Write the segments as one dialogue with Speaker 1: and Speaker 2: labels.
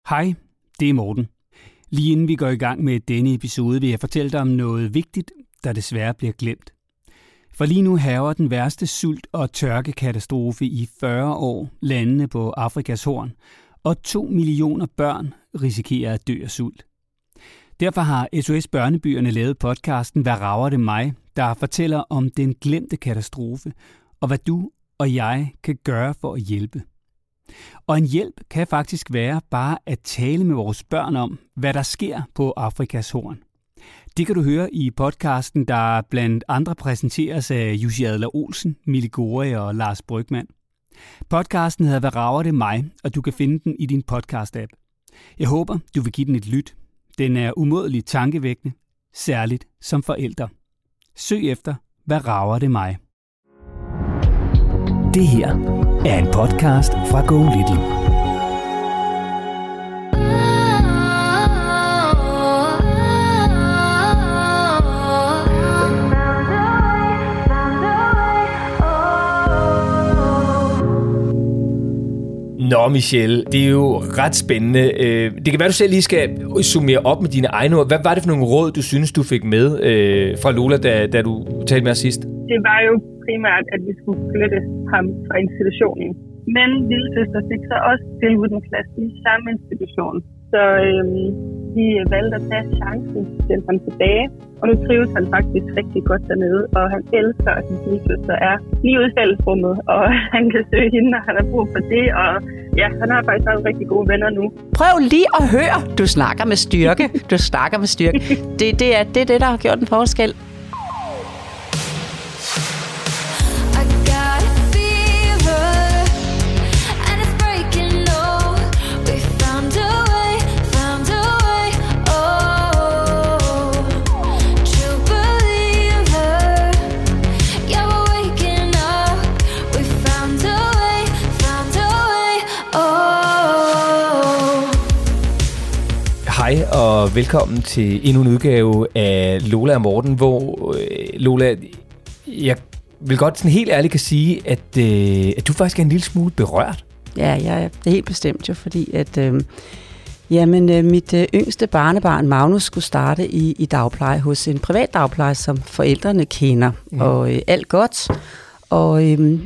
Speaker 1: Hej, det er Morten. Lige inden vi går i gang med denne episode, vil jeg fortælle dig om noget vigtigt, der desværre bliver glemt. For lige nu hærger den værste sult- og tørkekatastrofe i 40 år landene på Afrikas Horn, og 2 millioner børn risikerer at dø af sult. Derfor har SOS Børnebyerne lavet podcasten Hvad rager det mig?, der fortæller om den glemte katastrofe, og hvad du og jeg kan gøre for at hjælpe. Og en hjælp kan faktisk være bare at tale med vores børn om, hvad der sker på Afrikas Horn. Det kan du høre i podcasten, der blandt andre præsenteres af Jussi Adler-Olsen, Mille Gore og Lars Brygmann. Podcasten hedder Hvad rager det mig?, og du kan finde den i din podcast-app. Jeg håber, du vil give den et lyt. Den er umådeligt tankevækkende, særligt som forældre. Søg efter Hvad rager det mig? Det her er en podcast fra Go Little.
Speaker 2: Nå, Michelle, det er jo ret spændende. Det kan være, du selv lige skal summere op med dine egne ord. Hvad var det for nogle råd, du synes, du fik med fra Lola, da du talte med os sidst?
Speaker 3: Det var jo primært, at vi skulle flytte ham fra institutionen. Men lillesøster fik så også tilbudt en plads i samme institution. Så de valgte at tage chancen til at sende ham tilbage. Og nu trives han faktisk rigtig godt dernede, og han elsker, at sin lillesøster er lige ude i fællesrummet, og han kan søge hende, når han har brug for det. Og ja, han har faktisk også rigtig gode venner nu.
Speaker 4: Prøv lige at høre. Du snakker med styrke. Det er det, der har gjort en forskel.
Speaker 2: Hej og velkommen til endnu en udgave af Lola og Morten, hvor Lola, jeg vil godt sådan helt ærligt kan sige, at du faktisk er en lille smule berørt.
Speaker 4: Ja, det er helt bestemt jo, fordi at mit yngste barnebarn Magnus skulle starte i dagpleje hos en privat dagpleje, som forældrene kender, og alt godt. Og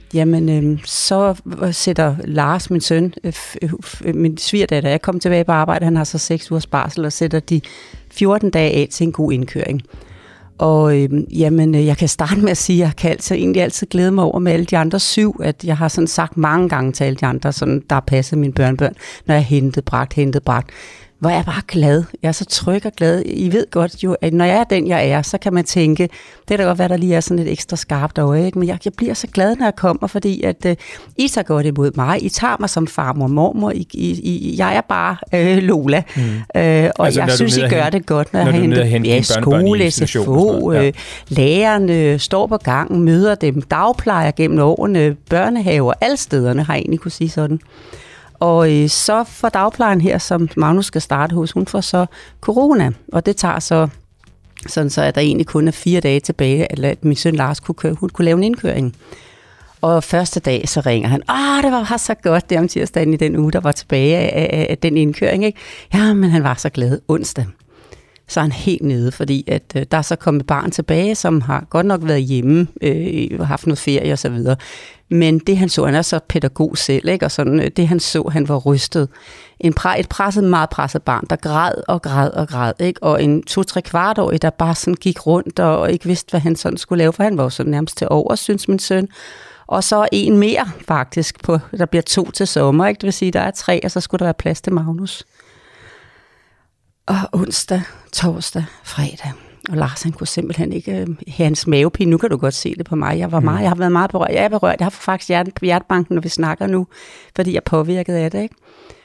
Speaker 4: så sætter Lars, min søn, min svigerdatter, jeg kom tilbage på arbejde, han har så 6 ugers barsel, og sætter de 14 dage af til en god indkøring. Og jeg kan starte med at sige, at jeg kan egentlig altid glæde mig over med alle de andre 7, at jeg har sådan sagt mange gange til alle de andre, sådan, der har passet mine børnebørn, når jeg hentet bragt. Hvor jeg er bare glad. Jeg er så tryg og glad. I ved godt jo, at når jeg er den, jeg er, så kan man tænke, det er da godt være, der lige er sådan et ekstra skarpt øje, ikke? Men jeg bliver så glad, når jeg kommer, fordi at I tager godt imod mig. I tager mig som farmor og mormor. Jeg er bare Lola. Og altså, jeg synes, I gør det godt, når jeg henter skole, SFO, lærerne står på gangen, møder dem, dagplejer gennem årene, børnehaver, alle stederne har jeg egentlig kunne sige sådan. Og så får dagplejen her, som Magnus skal starte hos, hun får så corona. Og det tager så, sådan så at der egentlig kun er 4 dage tilbage, at min søn Lars kunne lave en indkøring. Og første dag, så ringer han, det var så godt, det om tirsdagen i den uge, der var tilbage af den indkøring, ikke? Ja, men han var så glad onsdag. Så er han helt nede, fordi at der er så kommet barn tilbage, som har godt nok været hjemme, haft noget ferie og så videre. Men det han så, han er så pædagog selv, ikke? Og sådan, det han så, han var rystet. Et meget presset barn, der græd, ikke? Og en 2-3 kvartårig, der bare sådan gik rundt og ikke vidste, hvad han sådan skulle lave, for han var jo sådan nærmest til over, synes min søn. Og så en mere faktisk, der bliver 2 til sommer, ikke? Det vil sige, der er 3, og så skulle der være plads til Magnus. Og onsdag, torsdag, fredag. Og Lars, han kunne simpelthen ikke hans mavepine. Nu kan du godt se det på mig. Jeg har været meget berørt. Jeg er berørt. Jeg har faktisk hjertebanken, når vi snakker nu, fordi jeg er påvirket af det, ikke?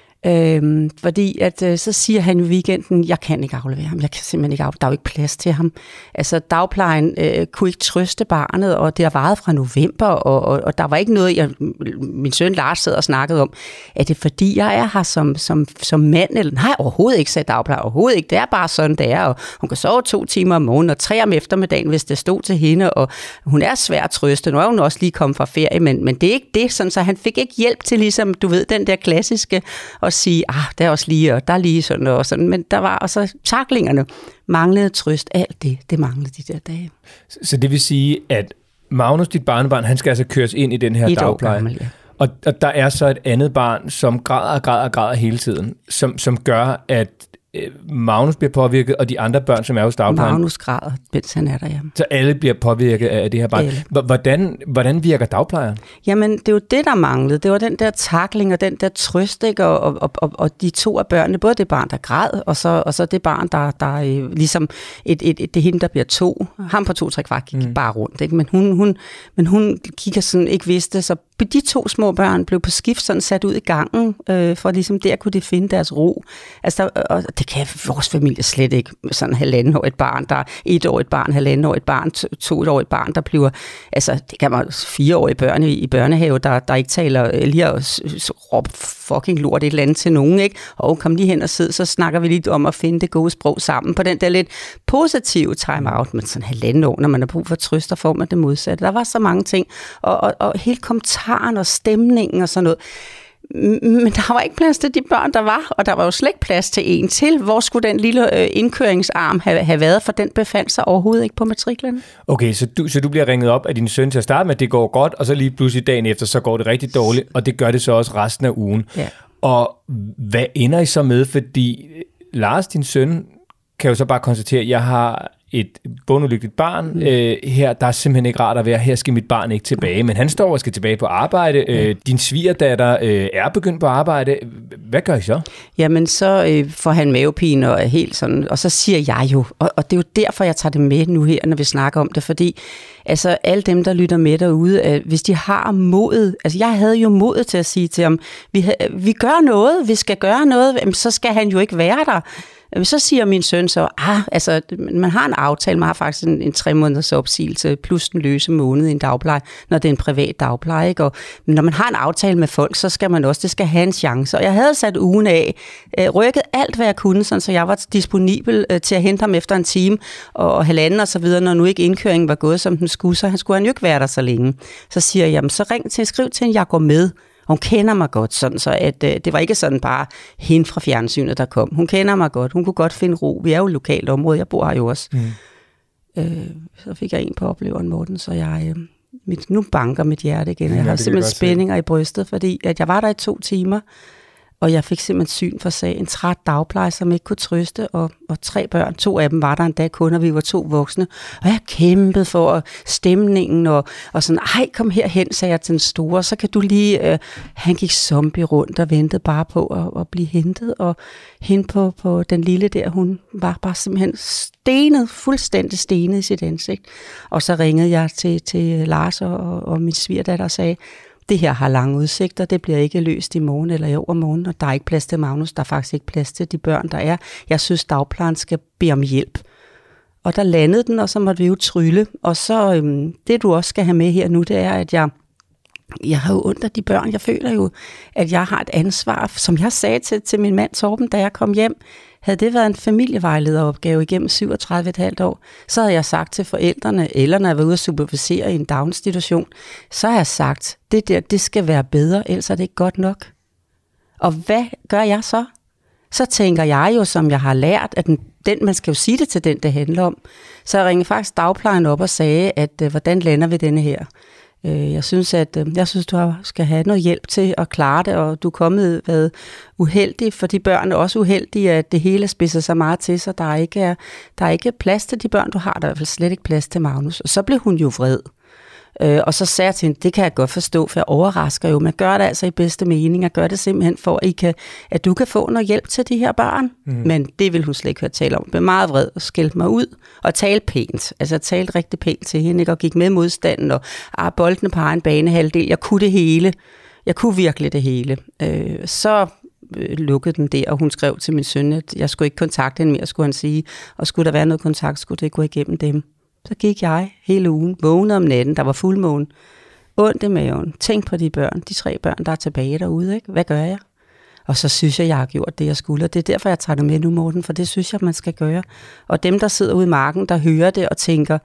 Speaker 4: Fordi at så siger han i weekenden, jeg kan ikke aflevere ham, jeg kan simpelthen ikke aflevere, der er jo ikke plads til ham. Altså dagplejen kunne ikke trøste barnet, og det har varet fra november, og der var ikke noget, min søn Lars sad og snakkede om, er det fordi jeg er her som mand, eller nej, overhovedet ikke, sagde dagplejer, overhovedet ikke, det er bare sådan det er, og hun kan sove 2 timer om morgenen, og 3 om eftermiddagen, hvis det stod til hende, og hun er svær at trøste, nu er hun også lige kommet fra ferie, men det er ikke det, sådan, så han fik ikke hjælp til ligesom, du ved, den der klassiske, at sige, der er også lige, og der er lige sådan og sådan. Men der var også taklingerne, manglede trøst, alt det manglede de der dage.
Speaker 2: Så det vil sige, at Magnus, dit barnebarn, han skal altså køres ind i den her dagpleje.
Speaker 4: Gammel, ja.
Speaker 2: Og der er så et andet barn, som græder hele tiden, som gør, at Magnus bliver påvirket, og de andre børn, som er hos dagplejen.
Speaker 4: Magnus græder, mens han er der, ja.
Speaker 2: Så alle bliver påvirket af det her barn. Hvordan virker dagplejeren?
Speaker 4: Jamen, det er jo det, der manglede. Det var den der tackling og den der trøst, ikke? Og de to af børnene, både det barn, der græd, og så det barn, der ligesom det er hende, der bliver 2. Ham på 2-3 kvart gik bare rundt, ikke? Men hun kigger sådan, ikke vidste, så de 2 små børn blev på skift sådan sat ud i gangen, for ligesom der kunne de finde deres ro. Altså, og det kan vores familie slet ikke. Sådan 1,5-årigt barn, der er 1-årigt barn, 1,5-årigt barn, 2-årigt barn, der bliver, altså det kan man 4-årige børn i børnehave, der ikke taler lige at råbe fucking lort et eller andet til nogen, ikke? Og kom lige hen og sidde, så snakker vi lidt om at finde det gode sprog sammen på den der lidt positive time-out, men sådan 1,5 år, når man har brug for trøst, og får man det modsatte. Der var så mange ting, og hele kommentaren og stemningen og sådan noget. Men der var ikke plads til de børn, der var, og der var jo slet ikke plads til en til. Hvor skulle den lille indkøringsarm have været, for den befandt sig overhovedet ikke på matriklen? Okay,
Speaker 2: så du bliver ringet op af din søn til at starte med, at det går godt, og så lige pludselig dagen efter, så går det rigtig dårligt, og det gør det så også resten af ugen. Ja. Og hvad ender I så med? Fordi Lars, din søn, kan jo så bare konstatere, at jeg har et bundulykkeligt barn. Her, der er simpelthen ikke rart at være. Her skal mit barn ikke tilbage. Men han står og skal tilbage på arbejde. Din svigerdatter er begyndt på arbejde. Hvad gør I så?
Speaker 4: Jamen, så får han mavepine og er helt sådan. Og så siger jeg jo, og det er jo derfor, jeg tager det med nu her, når vi snakker om det. Fordi altså, alle dem, der lytter med derude, hvis de har modet, altså jeg havde jo modet til at sige til ham, vi gør noget, vi skal gøre noget, så skal han jo ikke være der. Så siger min søn så, altså man har en aftale, man har faktisk en 3 måneders opsigelse, plus den løse måned i en dagpleje, når det er en privat dagpleje, ikke? Og når man har en aftale med folk, så skal man også, det skal have en chance. Og jeg havde sat ugen af, rykket alt, hvad jeg kunne, sådan, så jeg var disponibel til at hente ham efter en time og 1,5 og så videre, når nu ikke indkøringen var gået, som den skulle, så skulle han jo ikke være der så længe. Så siger jeg, jamen så skriv til hende, jeg går med. Hun kender mig godt, sådan så at det var ikke sådan bare hende fra fjernsynet, der kom. Hun kender mig godt, hun kunne godt finde ro. Vi er jo et lokalt område, jeg bor her jo også. Så fik jeg en på opleveren, Morten, så jeg nu banker mit hjerte igen. Jeg har simpelthen spændinger i brystet, fordi at jeg var der i 2 timer, og jeg fik simpelthen syn for sagen. En træt dagpleje, som ikke kunne trøste, og 3 børn. 2 af dem var der endda kun, og vi var 2 voksne. Og jeg kæmpede for stemningen, og sådan, kom herhen, sagde jeg til den store, så kan du lige... han gik zombie rundt og ventede bare på at blive hentet, og hende på den lille der, hun var bare simpelthen fuldstændig stenet i sit ansigt. Og så ringede jeg til Lars og min svigerdatter og sagde, det her har lange udsigter, det bliver ikke løst i morgen eller i overmorgen, og der er ikke plads til Magnus, der er faktisk ikke plads til de børn, der er. Jeg synes, dagplejen skal bede om hjælp. Og der landede den, og så måtte vi jo trylle. Og så det, du også skal have med her nu, det er, at jeg har jo ondt af de børn. Jeg føler jo, at jeg har et ansvar, som jeg sagde til min mand Torben, da jeg kom hjem. Havde det været en familievejlederopgave igennem 37,5 år, så havde jeg sagt til forældrene, eller når jeg var ude at supervisere i en daginstitution, så har jeg sagt, det skal være bedre, ellers er det ikke godt nok. Og hvad gør jeg så? Så tænker jeg jo, som jeg har lært, at man skal jo sige det til den, det handler om. Så jeg ringede faktisk dagplejen op og sagde, at hvordan lander vi denne her? Jeg synes, du skal have noget hjælp til at klare det, og du er kommet været uheldig, for de børn er også uheldige, at det hele spidser så meget til, så der er ikke plads til de børn, du har. Der er i hvert fald slet ikke plads til Magnus. Og så blev hun jo vred. Og så sagde jeg til hende, det kan jeg godt forstå, for jeg overrasker jo. Man gør det altså i bedste mening, og gør det simpelthen for, at du kan få noget hjælp til de her børn. Men det vil hun slet ikke høre tale om. Jeg blev meget vred og skældte mig ud og talte pænt. Altså jeg talte rigtig pænt til hende, ikke? Og gik med modstanden og boldene på egen banehalvdel. Jeg kunne det hele. Jeg kunne virkelig det hele. Så lukkede den der, og hun skrev til min søn, at jeg skulle ikke kontakte hende mere, skulle han sige. Og skulle der være noget kontakt, skulle det gå igennem dem. Så gik jeg hele ugen, vågnede om natten, der var fuldmåne, ondt i maven, tænk på de børn, de 3 børn, der er tilbage derude, ikke? Hvad gør jeg? Og så synes jeg har gjort det, jeg skulle, og det er derfor, jeg tager det med nu, Morten, for det synes jeg, man skal gøre. Og dem, der sidder ude i marken, der hører det og tænker,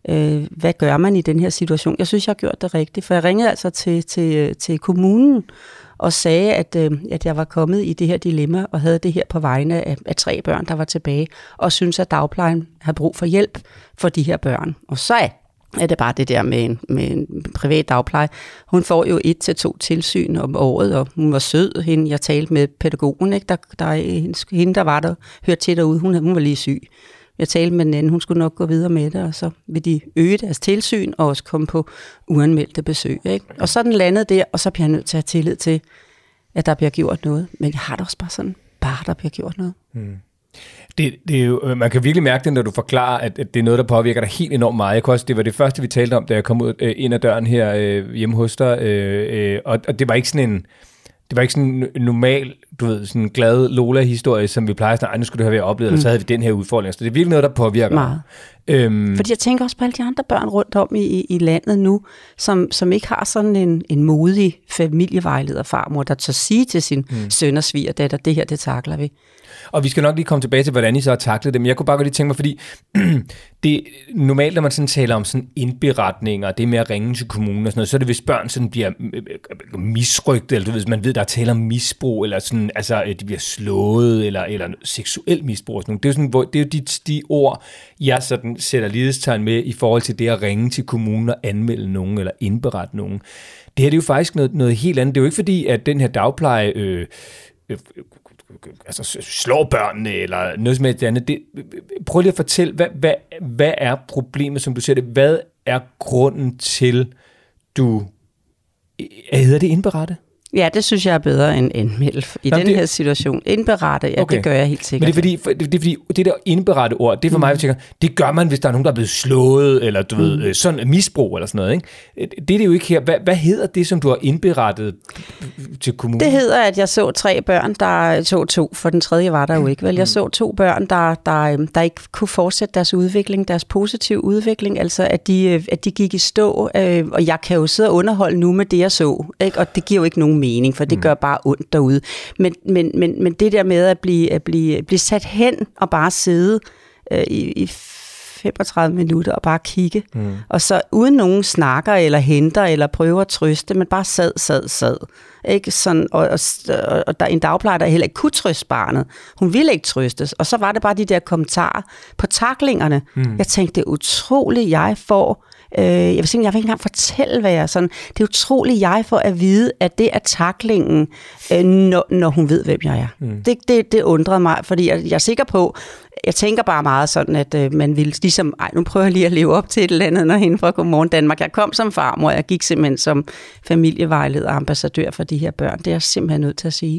Speaker 4: hvad gør man i den her situation? Jeg synes, jeg har gjort det rigtigt, for jeg ringede altså til kommunen, og sagde, at jeg var kommet i det her dilemma, og havde det her på vegne af 3 børn, der var tilbage, og synes at dagplejen havde brug for hjælp for de her børn. Og så er det bare det der med en privat dagpleje. Hun får jo 1 til 2 tilsyn om året, og hun var sød, hende. Jeg talte med pædagogen, ikke? Hende, der var der, hørte til derude, hun var lige syg. Jeg talte med den anden, hun skulle nok gå videre med det, og så vil de øge deres tilsyn, og også komme på uanmeldte besøg. Ikke? Og så den landede der, og så bliver jeg nødt til at have tillid til, at der bliver gjort noget. Men jeg har det også bare sådan, der bliver gjort noget.
Speaker 2: Det er jo, man kan virkelig mærke det, når du forklarer, at det er noget, der påvirker dig helt enormt meget. Det var det første, vi talte om, da jeg kom ud ind ad døren her hjemme hos dig, og det var ikke sådan en... Det var ikke sådan en normal, du ved, sådan en glad Lola-historie, som vi plejer sådan, nu skulle det have været oplevet, og så havde vi den her udfordring. Så det er virkelig noget, der påvirker
Speaker 4: meget. Fordi jeg tænker også på alle de andre børn rundt om i landet nu, som ikke har sådan en modig familievejleder farmor, der tør sige til sin søn og svigerdatter, det her, det takler vi.
Speaker 2: Og vi skal nok lige komme tilbage til, hvordan I så har taklet det, men jeg kunne bare godt lige tænke mig, fordi det normalt, når man sådan taler om sådan indberetninger, det med at ringe til kommunen og sådan noget, så er det, hvis børn sådan bliver misrygtet, eller du ved, man ved, der er tale om misbrug, eller sådan, altså, de bliver slået, eller seksuel misbrug og sådan noget. Det er jo, sådan, det er jo de ord, jeg sådan sætter lighedstegn med i forhold til det at ringe til kommunen og anmelde nogen, eller indberette nogen. Det her det er jo faktisk noget helt andet. Det er jo ikke fordi, at den her dagpleje altså slår børnene, eller noget som helst andet. Prøv lige at fortælle, hvad er problemet, som du ser det? Hvad er grunden til, du... Hedder det indberette?
Speaker 4: Ja, det synes jeg er bedre end anmelde i den her situation. Indberette, ja, okay. Det gør jeg helt sikkert.
Speaker 2: Men det er fordi det der indberette ord, det er for mig, at det gør man, hvis der er nogen, der er blevet slået, eller du ved, sådan misbrug, eller sådan noget, ikke? Det er det jo ikke her. Hvad hedder det, som du har indberettet til kommunen?
Speaker 4: Det hedder, at jeg så 3 børn, der så 2, for den tredje var der jo ikke, vel? Jeg så 2 børn, der ikke kunne fortsætte deres udvikling, deres positive udvikling, altså at de gik i stå, og jeg kan jo sidde og underholde nu med det, jeg så, ikke? Og det giver jo ikke nogen mening, for det gør bare ondt derude. Men det der med at blive sat hen og bare sidde i 35 minutter og bare kigge, og så uden nogen snakker eller henter eller prøver at trøste, men bare sad. Ikke? Sådan, og der er en dagplejer, der heller ikke kunne trøste barnet. Hun ville ikke trøstes, og så var det bare de der kommentarer på taklingerne. Jeg tænkte, det er utroligt, jeg får... Jeg vil ikke engang fortælle, hvad jeg er sådan. Det er utroligt, jeg får at vide, at det er taklingen, når hun ved, hvem jeg er. Det undrede mig, fordi jeg er sikker på, jeg tænker bare meget sådan, at man vil ligesom, nu prøver jeg lige at leve op til et eller andet, når hende fra Godmorgen Danmark. Jeg kom som farmor, jeg gik simpelthen som familievejleder og ambassadør for de her børn. Det er jeg simpelthen nødt til at sige.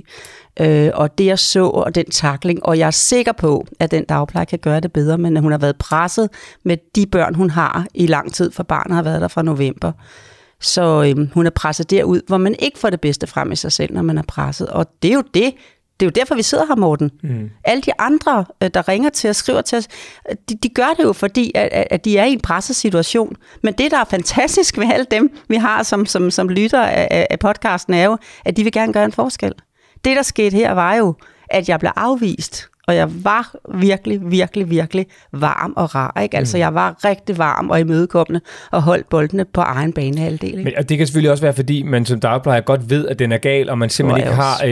Speaker 4: Og det jeg så, og den takling, og jeg er sikker på, at den dagpleje kan gøre det bedre, men hun har været presset med de børn, hun har i lang tid, for barnet har været der fra november. Så hun er presset derud, hvor man ikke får det bedste frem i sig selv, når man er presset. Og det er jo det. Det er jo derfor, vi sidder her, Morten. Alle de andre, der ringer til os, skriver til os, de gør det jo, fordi at de er i en presset situation. Men det, der er fantastisk ved alle dem, vi har som lytter af podcasten, er jo, at de vil gerne gøre en forskel. Det, der skete her, var jo, at jeg blev afvist. Og jeg var virkelig varm og rar. Ikke? Altså, jeg var rigtig varm og imødekommende og holdt boldene på egen banehalvdel.
Speaker 2: Men det kan selvfølgelig også være, fordi man som dagplejer godt ved, at den er gal, og man simpelthen ikke har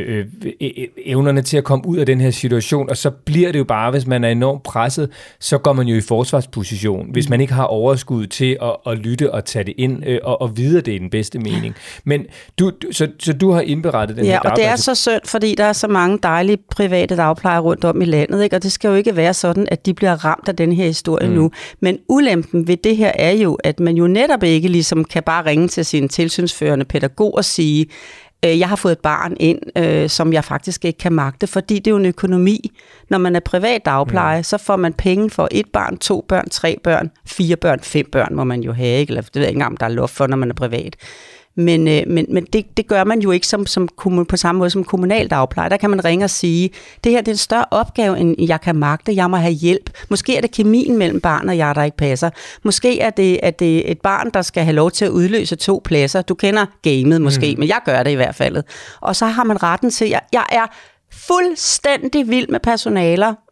Speaker 2: evnerne til at komme ud af den her situation. Og så bliver det jo bare, hvis man er enormt presset, så går man jo i forsvarsposition. Hvis man ikke har overskud til at lytte og tage det ind og vide, det er den bedste mening. Men så du har indberettet den her dagplejer. Ja,
Speaker 4: og det er så synd, fordi der er så mange dejlige private dagplejere rundt om i landet, ikke? Og det skal jo ikke være sådan, at de bliver ramt af den her historie nu. Men ulempen ved det her er jo, at man jo netop ikke ligesom kan bare ringe til sin tilsynsførende pædagog og sige, jeg har fået et barn ind, som jeg faktisk ikke kan magte, fordi det er jo en økonomi. Når man er privat dagpleje, så får man penge for 1 barn, 2 børn, 3 børn, 4 børn, 5 børn må man jo have, ikke? Eller det ved jeg ikke engang, om der er loft for, når man er privat. Men det gør man jo ikke på samme måde som kommunal dagpleje. Der kan man ringe og sige, det her det er en større opgave, end jeg kan magte. Jeg må have hjælp. Måske er det kemien mellem barn og jeg, der ikke passer. Måske er det et barn, der skal have lov til at udløse 2 pladser. Du kender gamet måske, men jeg gør det i hvert fald. Og så har man retten til, jeg er fuldstændig vild med personaler,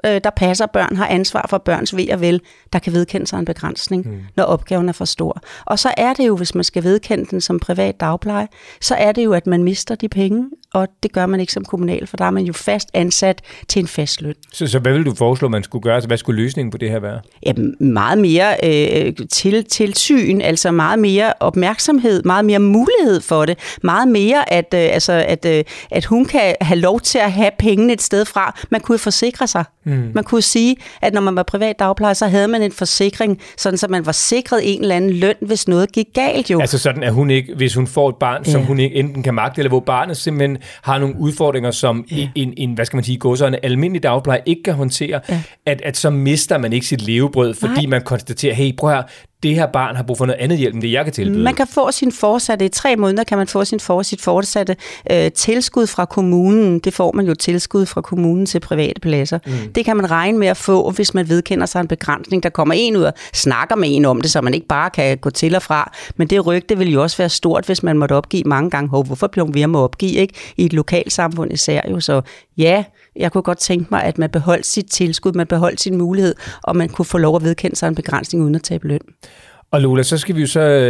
Speaker 4: der passer børn, har ansvar for børns ve og vel, der kan vedkende sig en begrænsning, når opgaven er for stor. Og så er det jo, hvis man skal vedkende den som privat dagpleje, så er det jo, at man mister de penge, og det gør man ikke som kommunal, for der er man jo fast ansat til en fast løn.
Speaker 2: Så hvad vil du foreslå, man skulle gøre? Altså, hvad skulle løsningen på det her være?
Speaker 4: Ja, meget mere tilsyn, altså meget mere opmærksomhed, meget mere mulighed for det, meget mere, at hun kan have lov til at have pengene et sted fra. Man kunne forsikre sig. Man kunne sige, at når man var privat dagplejer, så havde man en forsikring, sådan så man var sikret en eller anden løn, hvis noget gik galt jo.
Speaker 2: Altså sådan, at hun ikke, hvis hun får et barn, som hun ikke enten kan magte, eller hvor barnet simpelthen har nogle udfordringer, som en hvad skal man sige, en almindelig dagpleje ikke kan håndtere, at så mister man ikke sit levebrød, fordi man konstaterer, hey, prøv her, det her barn har brug for noget andet hjælp, end det jeg kan tilbyde.
Speaker 4: Man kan få sin fortsatte, i 3 måneder kan man få sit fortsatte tilskud fra kommunen. Det får man jo tilskud fra kommunen til private pladser. Det kan man regne med at få, hvis man vedkender sig en begrænsning. Der kommer en ud og snakker med en om det, så man ikke bare kan gå til og fra. Men det rygte vil jo også være stort, hvis man måtte opgive mange gange. Hvorfor bliver man ved at opgive, ikke? I et lokalsamfund især jo. Så ja, jeg kunne godt tænke mig, at man beholdt sit tilskud, man beholdt sin mulighed, og man kunne få lov at vedkende sig en begrænsning uden at tabe løn.
Speaker 2: Og Lola, så skal vi jo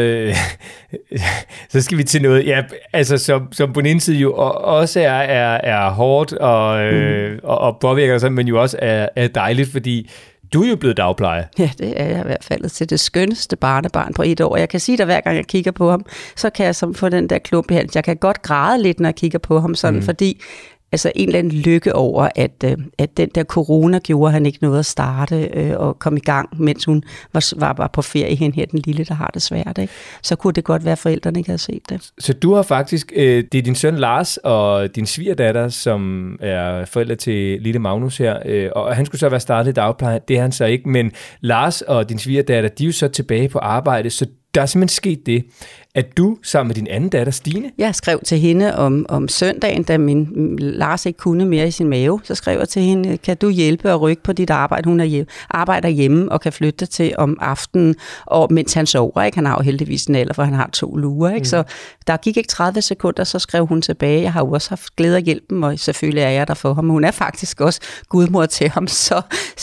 Speaker 2: så skal vi til noget, ja, altså som på den ene side jo også er hårdt og påvirker sig, men jo også er dejligt, fordi du er jo blevet dagpleje.
Speaker 4: Ja, det er jeg i hvert fald til det skønneste barnebarn på 1 år. Jeg kan sige dig, hver gang jeg kigger på ham, så kan jeg få den der klump i halsen. Jeg kan godt græde lidt, når jeg kigger på ham sådan, fordi altså en eller anden lykke over, at den der corona gjorde, han ikke noget at starte og komme i gang, mens hun var på ferie hen her, den lille, der har det svært. Ikke? Så kunne det godt være, at forældrene ikke havde set det.
Speaker 2: Så du har faktisk, det er din søn Lars og din svigerdatter, som er forældre til lille Magnus her, og han skulle så være startet i dagpleje, det er han så ikke, men Lars og din svigerdatter, de er jo så tilbage på arbejde, så der er simpelthen sket det, at du sammen med din anden datter, Stine...
Speaker 4: Jeg skrev til hende om søndagen, da min Lars ikke kunne mere i sin mave. Så skrev jeg til hende, kan du hjælpe og rykke på dit arbejde? Hun arbejder hjemme og kan flytte til om aftenen, og mens han sover. Ikke? Han har jo heldigvis en alder, for han har 2 lurer. Ikke? Så der gik ikke 30 sekunder, så skrev hun tilbage. Jeg har jo også haft glæde af hjælpen, og selvfølgelig er jeg der for ham. Hun er faktisk også gudmor til ham, så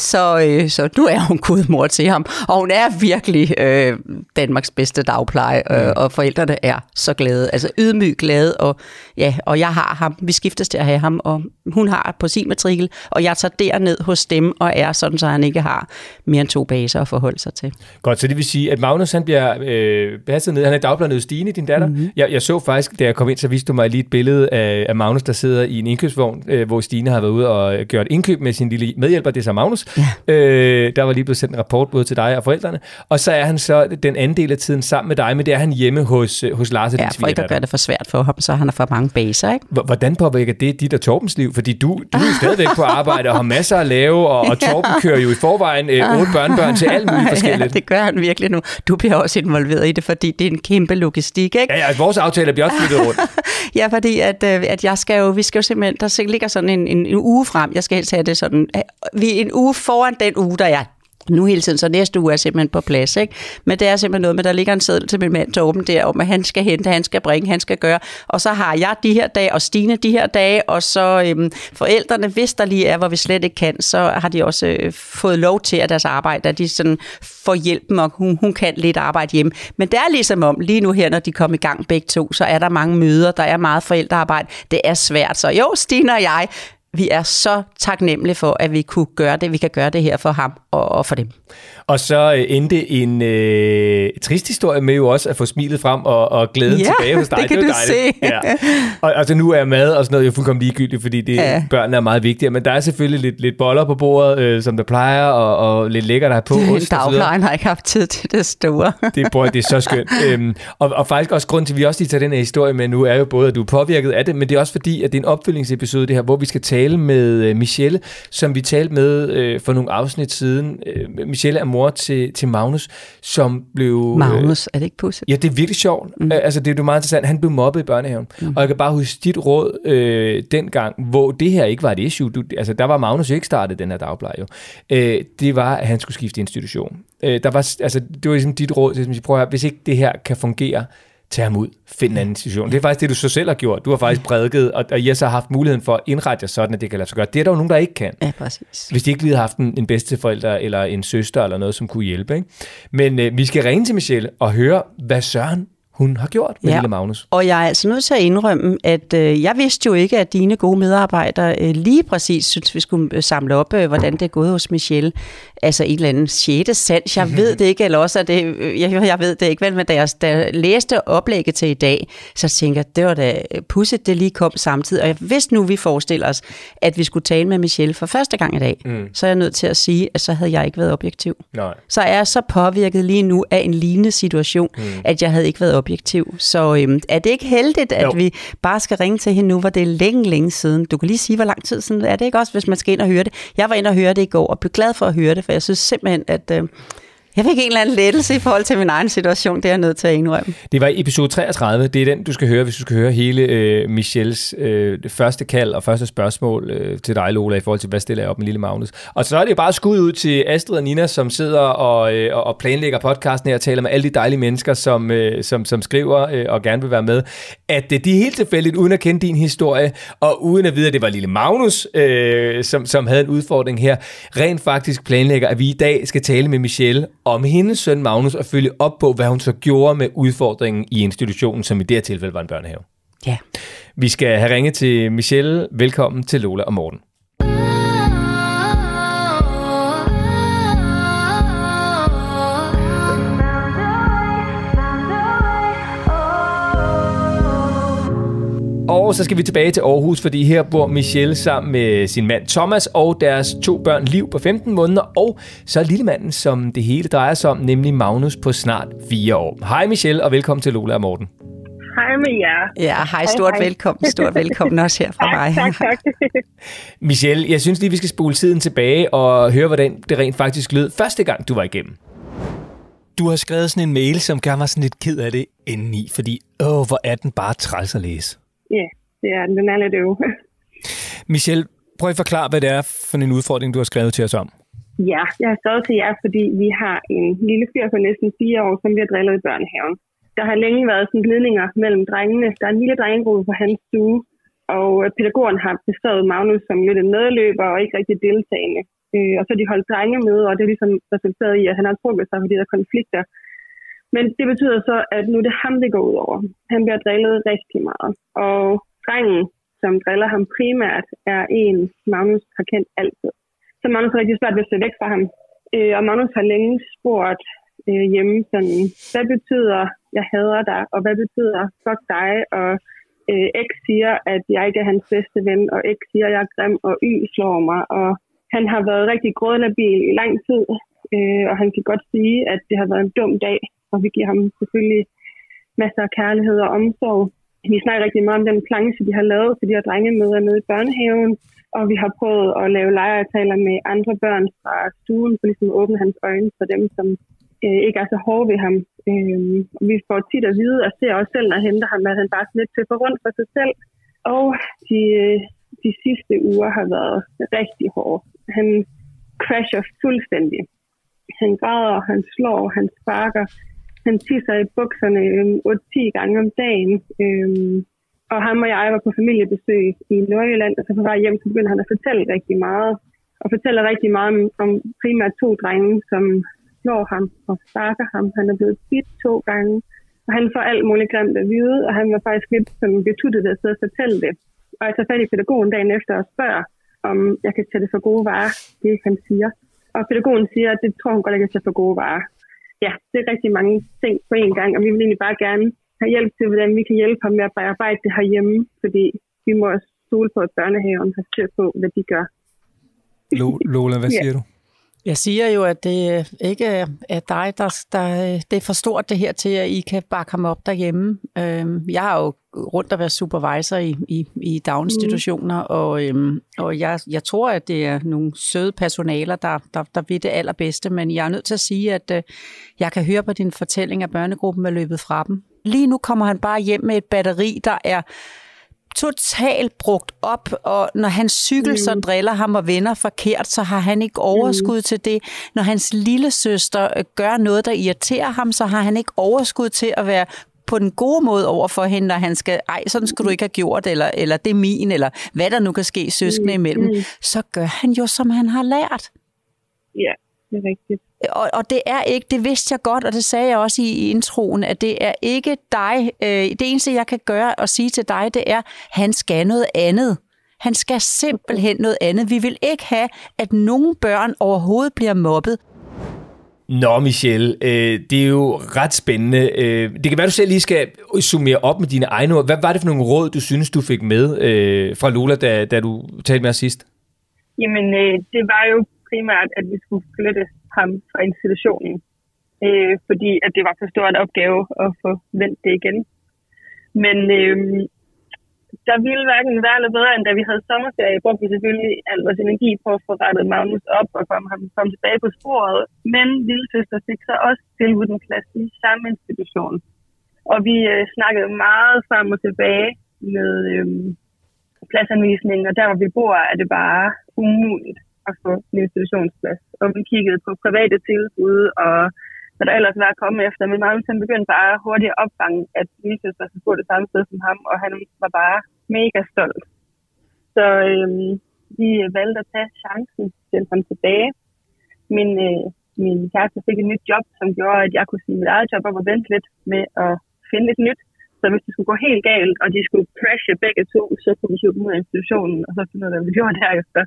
Speaker 4: nu er hun gudmor til ham. Og hun er virkelig Danmarks bedste dagpleje, og forældrene er så glade, altså ydmygt glade, og jeg har ham, vi skiftes til at have ham, og hun har på sin matrikel, og jeg tager derned hos dem, og er sådan, så han ikke har mere end 2 baser at forholde sig til.
Speaker 2: Godt, så det vil sige, at Magnus, han bliver passet ned, han er dagplejer nede Stine, din datter. Jeg så faktisk, da jeg kom ind, så viste du mig lige et billede af Magnus, der sidder i en indkøbsvogn, hvor Stine har været ude og gjort indkøb med sin lille medhjælper, det er så Magnus. Ja. Der var lige blevet sendt en rapport både til dig og forældrene, og så er han så den anden del af tiden sammen med dig, men det er han hjemme hos Lars og din svigerdatter.
Speaker 4: Ja, for ikke at gøre det for svært for ham, så han har for mange baser, ikke?
Speaker 2: Hvordan påvirker det dit og Torbens liv? Fordi du er jo stadigvæk på arbejde og har masser at lave, og Torben kører jo i forvejen 8 børnebørn til alt muligt forskelligt.
Speaker 4: Ja, det gør han virkelig nu. Du bliver også involveret i det, fordi det er en kæmpe logistik, ikke?
Speaker 2: Ja, vores aftaler bliver også flyttet rundt.
Speaker 4: Ja, fordi at vi skal jo simpelthen, der ligger sådan en uge frem, jeg skal helst have det sådan, en uge foran den uge, der er nu hele tiden, så næste uge er simpelthen på plads, ikke? Men det er simpelthen noget med, der ligger en seddel til min mand Torben der, om at han skal hente, han skal bringe, han skal gøre, og så har jeg de her dage, og Stine de her dage, og så forældrene, hvis der lige er, hvor vi slet ikke kan, så har de også fået lov til at deres arbejde, at de sådan får hjælpen, og hun kan lidt arbejde hjemme. Men det er ligesom om, lige nu her, når de kommer i gang begge to, så er der mange møder, der er meget forældrearbejde, det er svært, så jo, Stine og jeg, vi er så taknemmelige for, at vi kunne gøre det. Vi kan gøre det her for ham og for dem.
Speaker 2: Og så endte en trist historie med jo også at få smilet frem og glæden tilbage hos dig.
Speaker 4: Det kan du se.
Speaker 2: Ja. Og altså nu er mad og sådan noget jo fuldkommen ligegyldigt, fordi børnene er meget vigtige. Men der er selvfølgelig lidt boller på bordet, som der plejer, og lidt lækker der er på.
Speaker 4: Dagplejen har ikke haft tid til det store.
Speaker 2: Det er så skønt. Og faktisk også grund til, at vi også lige tager den her historie med nu, er jo både, at du er påvirket af det, men det er også fordi, at det er en opfølgningsepisode, det her, hvor vi skal tale med Michelle, som vi talte med for nogle afsnit siden. Michelle er mor til Magnus, som blev...
Speaker 4: Magnus, er det ikke pudsigt?
Speaker 2: Ja, det er virkelig sjovt. Altså, det er jo meget interessant. Han blev mobbet i børnehaven. Og jeg kan bare huske dit råd dengang, hvor det her ikke var et issue. Altså, der var Magnus jo ikke startet den her dagpleje jo. Det var, at han skulle skifte institution. Det var ligesom dit råd til, prøv at høre, hvis ikke det her kan fungere, tag ham ud, find en anden institution. Det er faktisk det, du så selv har gjort. Du har faktisk prædiket, og I har så haft muligheden for at indrette jer sådan, at det kan lade sig gøre. Det er der jo nogen, der ikke kan.
Speaker 4: Ja, præcis.
Speaker 2: Hvis de ikke lige har haft en bedsteforælder, eller en søster, eller noget, som kunne hjælpe. Ikke? Men vi skal ringe til Michelle og høre, hvad søren hun har gjort med lille Magnus.
Speaker 4: Og jeg er altså nødt til at indrømme, at jeg vidste jo ikke, at dine gode medarbejdere lige præcis synes, vi skulle samle op, hvordan det er gået hos Michelle. Altså en eller anden 6. sans. Jeg ved det ikke, eller også er det, jeg ved det ikke, men da jeg læste oplægget til i dag, så tænkte jeg, det var da pudsigt, det lige kom samtidig. Og hvis nu vi forestiller os, at vi skulle tale med Michelle for første gang i dag, så er jeg nødt til at sige, at så havde jeg ikke været objektiv.
Speaker 2: Nej.
Speaker 4: Så er jeg så påvirket lige nu af en lignende situation, at jeg havde ikke været objektiv. Så er det ikke heldigt, at vi bare skal ringe til hende nu, hvor det er længe siden? Du kan lige sige, hvor lang tid siden er det ikke også, hvis man skal ind og høre det? Jeg var inde og høre det i går, og blev glad for at høre det, for jeg synes simpelthen, at jeg fik en eller anden lettelse i forhold til min egen situation. Det er jeg nødt til at indrømme.
Speaker 2: Det var episode 33. Det er den, du skal høre, hvis du skal høre hele Michelles første kald og første spørgsmål til dig, Lola, i forhold til, hvad stiller jeg op med lille Magnus. Og så er det bare skud ud til Astrid og Nina, som sidder og planlægger podcasten her og taler med alle de dejlige mennesker, som skriver og gerne vil være med. At de er helt tilfældigt, uden at kende din historie, og uden at vide, at det var lille Magnus, som havde en udfordring her, rent faktisk planlægger, at vi i dag skal tale med Michelle om hendes søn Magnus og følge op på, hvad hun så gjorde med udfordringen i institutionen, som i det her tilfælde var en børnehave.
Speaker 4: Ja.
Speaker 2: Vi skal have ringet til Michelle. Velkommen til Lola og Morten. Og så skal vi tilbage til Aarhus, fordi her bor Michelle sammen med sin mand Thomas og deres 2 børn, Liv på 15 måneder, og så lille manden, som det hele drejer sig om, nemlig Magnus på snart 4 år. Hej Michelle, og velkommen til Lola og Morten.
Speaker 3: Hej med jer.
Speaker 4: Ja, hej, stort velkommen også her fra mig.
Speaker 3: Tak.
Speaker 2: Michelle, jeg synes lige, vi skal spole tiden tilbage og høre, hvordan det rent faktisk lød første gang, du var igennem. Du har skrevet sådan en mail, som gør mig sådan lidt ked af det indeni, fordi hvor er den bare træls at læse.
Speaker 3: Ja, det er den. Den er lidt øv.
Speaker 2: Michelle, prøv at forklare, hvad det er for en udfordring, du har skrevet til os om.
Speaker 3: Ja, jeg har skrevet til jer, fordi vi har en lille fyr på næsten 4 år, som bliver drillet i børnehaven. Der har længe været sådan glidninger mellem drengene. Der er en lille drengegruppe på hans stue, og pædagogen har beskrevet Magnus som lidt en medløber og ikke rigtig deltagende. Og så de holdt drengemøder, og det er ligesom resulteret i, at han har trukket sig for de der konflikter. Men det betyder så, at nu er det ham, det går ud over. Han bliver drillet rigtig meget. Og drengen, som driller ham primært, er en, Magnus har kendt altid. Så Magnus er rigtig svært ved at se væk fra ham. Og Magnus har længe spurgt hjemme sådan, hvad betyder, jeg hader dig, og hvad betyder, fuck dig, og X siger, at jeg ikke er hans bedste ven, og X siger, at jeg er grim, og Y slår mig, og han har været rigtig grådlabil i lang tid, og han kan godt sige, at det har været en dum dag, og vi giver ham selvfølgelig masser af kærlighed og omsorg. Vi snakker rigtig meget om den planche, de har lavet for de her drengemøder nede i børnehaven, og vi har prøvet at lave legeaftaler med andre børn fra stuen, for ligesom at åbne hans øjne for dem, som ikke er så hårde ved ham. Vi får tit at vide, og ser også selv, når jeg henter ham, at han bare er lidt tøffer rundt for sig selv. Og de sidste uger har været rigtig hårde. Han crasher fuldstændig. Han græder, han slår, han sparker. Han tisser i bukserne 8-10 gange om dagen. Og ham og jeg var på familiebesøg i Nordjylland, og så på vej hjem, så begyndte han at fortælle rigtig meget. Og fortæller rigtig meget om primært 2 drenge, som slår ham og sparker ham. Han er blevet bidt 2 gange, og han får alt muligt grimt at vide, og han var faktisk lidt sådan betuttet at sidde og fortælle det. Og jeg tager fat i pædagogen dagen efter og spørger, om jeg kan tage det for gode varer, det han siger. Og pædagogen siger, at det tror hun godt, jeg kan tage for gode varer. Ja, det er rigtig mange ting på en gang, og vi vil egentlig bare gerne have hjælp til, hvordan vi kan hjælpe ham med at bearbejde det herhjemme, fordi vi må også stole på, at børnehaven har styr på, hvad de gør.
Speaker 2: Lola, hvad siger du?
Speaker 4: Jeg siger jo, at det ikke er dig, det er for stort det her til, at I kan bakke ham op derhjemme. Jeg har jo rundt at være supervisor i daginstitutioner, og jeg tror, at det er nogle søde personaler, der ved det allerbedste, men jeg er nødt til at sige, at jeg kan høre på din fortælling, at børnegruppen er løbet fra dem. Lige nu kommer han bare hjem med et batteri, der er totalt brugt op, og når hans cykel så driller ham og vender forkert, så har han ikke overskud til det. Når hans lille søster gør noget, der irriterer ham, så har han ikke overskud til at være på den gode måde over for hende, når han skal, sådan skulle du ikke have gjort, eller det er min, eller hvad der nu kan ske søskende imellem, så gør han jo, som han har lært.
Speaker 3: Ja, det er rigtigt.
Speaker 4: Og det er ikke, det vidste jeg godt, og det sagde jeg også i introen, at det er ikke dig. Det eneste, jeg kan gøre og sige til dig, det er, han skal noget andet. Han skal simpelthen noget andet. Vi vil ikke have, at nogen børn overhovedet bliver mobbet.
Speaker 2: Nå, Michelle, det er jo ret spændende. Det kan være, du selv lige skal summere op med dine egne ord. Hvad var det for nogle råd, du synes, du fik med fra Lola, da du talte med os sidst?
Speaker 3: Jamen, det var jo primært, at vi skulle flytte ham fra institutionen. Fordi at det var for stor en opgave at få vendt det igen. Men der ville hverken være eller bedre, end da vi havde sommerferie, brugte vi selvfølgelig al vores energi på at få rettet Magnus op og komme tilbage på sporet. Men lillesøster fik så også tilbudt en klasse i samme institution. Og vi snakkede meget frem og tilbage med pladsanvisningen, og der hvor vi bor, er det bare umuligt at få en institutionsplads. Og vi kiggede på private tilbud, og hvad der ellers var at komme efter. Men Magnus begyndte bare hurtigt at opfange, at lillesøster skulle bo det samme sted som ham, og han var bare mega stolt. Så vi valgte at tage chancen til ham tilbage. Min kæreste fik et nyt job, som gjorde, at jeg kunne sige mit eget job op og vente lidt med at finde et nyt. Så hvis det skulle gå helt galt, og de skulle crashe begge to, så kunne vi hive dem ud af institutionen, og så finde ud af, hvad vi gjorde derefter.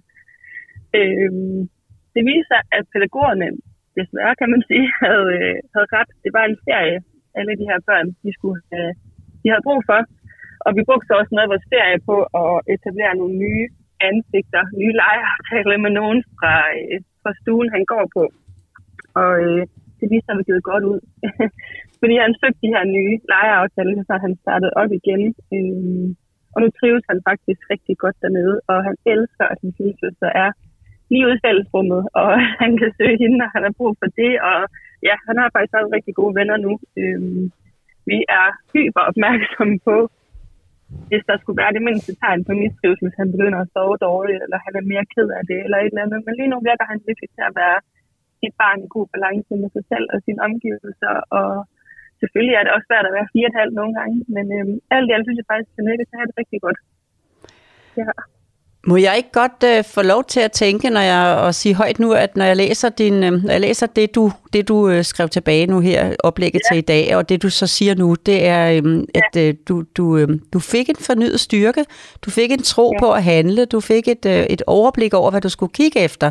Speaker 3: Det viser, at pædagogerne, desværre kan man sige, havde ret. Det var en ferie, alle de her børn, de havde brug for. Og vi brugte så også noget af vores ferie på at etablere nogle nye ansigter, nye legeaftaler med nogen fra stuen, han går på. Og det viste sig, at vi givet godt ud. Fordi han søgte de her nye legeaftaler, så han startede op igen. Og nu trives han faktisk rigtig godt dernede, og han elsker, at hans lillesøster er lige ude i fællesrummet, og han kan søge hende, når han har brug for det. Og ja, han har faktisk også rigtig gode venner nu. Vi er hyper opmærksomme på, hvis der skulle være det mindste tegn på mistrivsel, hvis han begynder at sove dårligt, eller han er mere ked af det, eller et eller andet. Men lige nu virker han virkelig til at være et barn i god balance med sig selv og sine omgivelser, og selvfølgelig er det også svært at være 4,5 nogle gange, men alt i alt synes jeg faktisk, at Jeanette kan have det rigtig godt. Ja.
Speaker 4: Må jeg ikke godt få lov til at tænke, og sige højt nu, at når jeg læser det du skrev tilbage nu her, oplægget til i dag, og det du så siger nu, det er, at du fik en fornyet styrke, du fik en tro på at handle, du fik et overblik over, hvad du skulle kigge efter.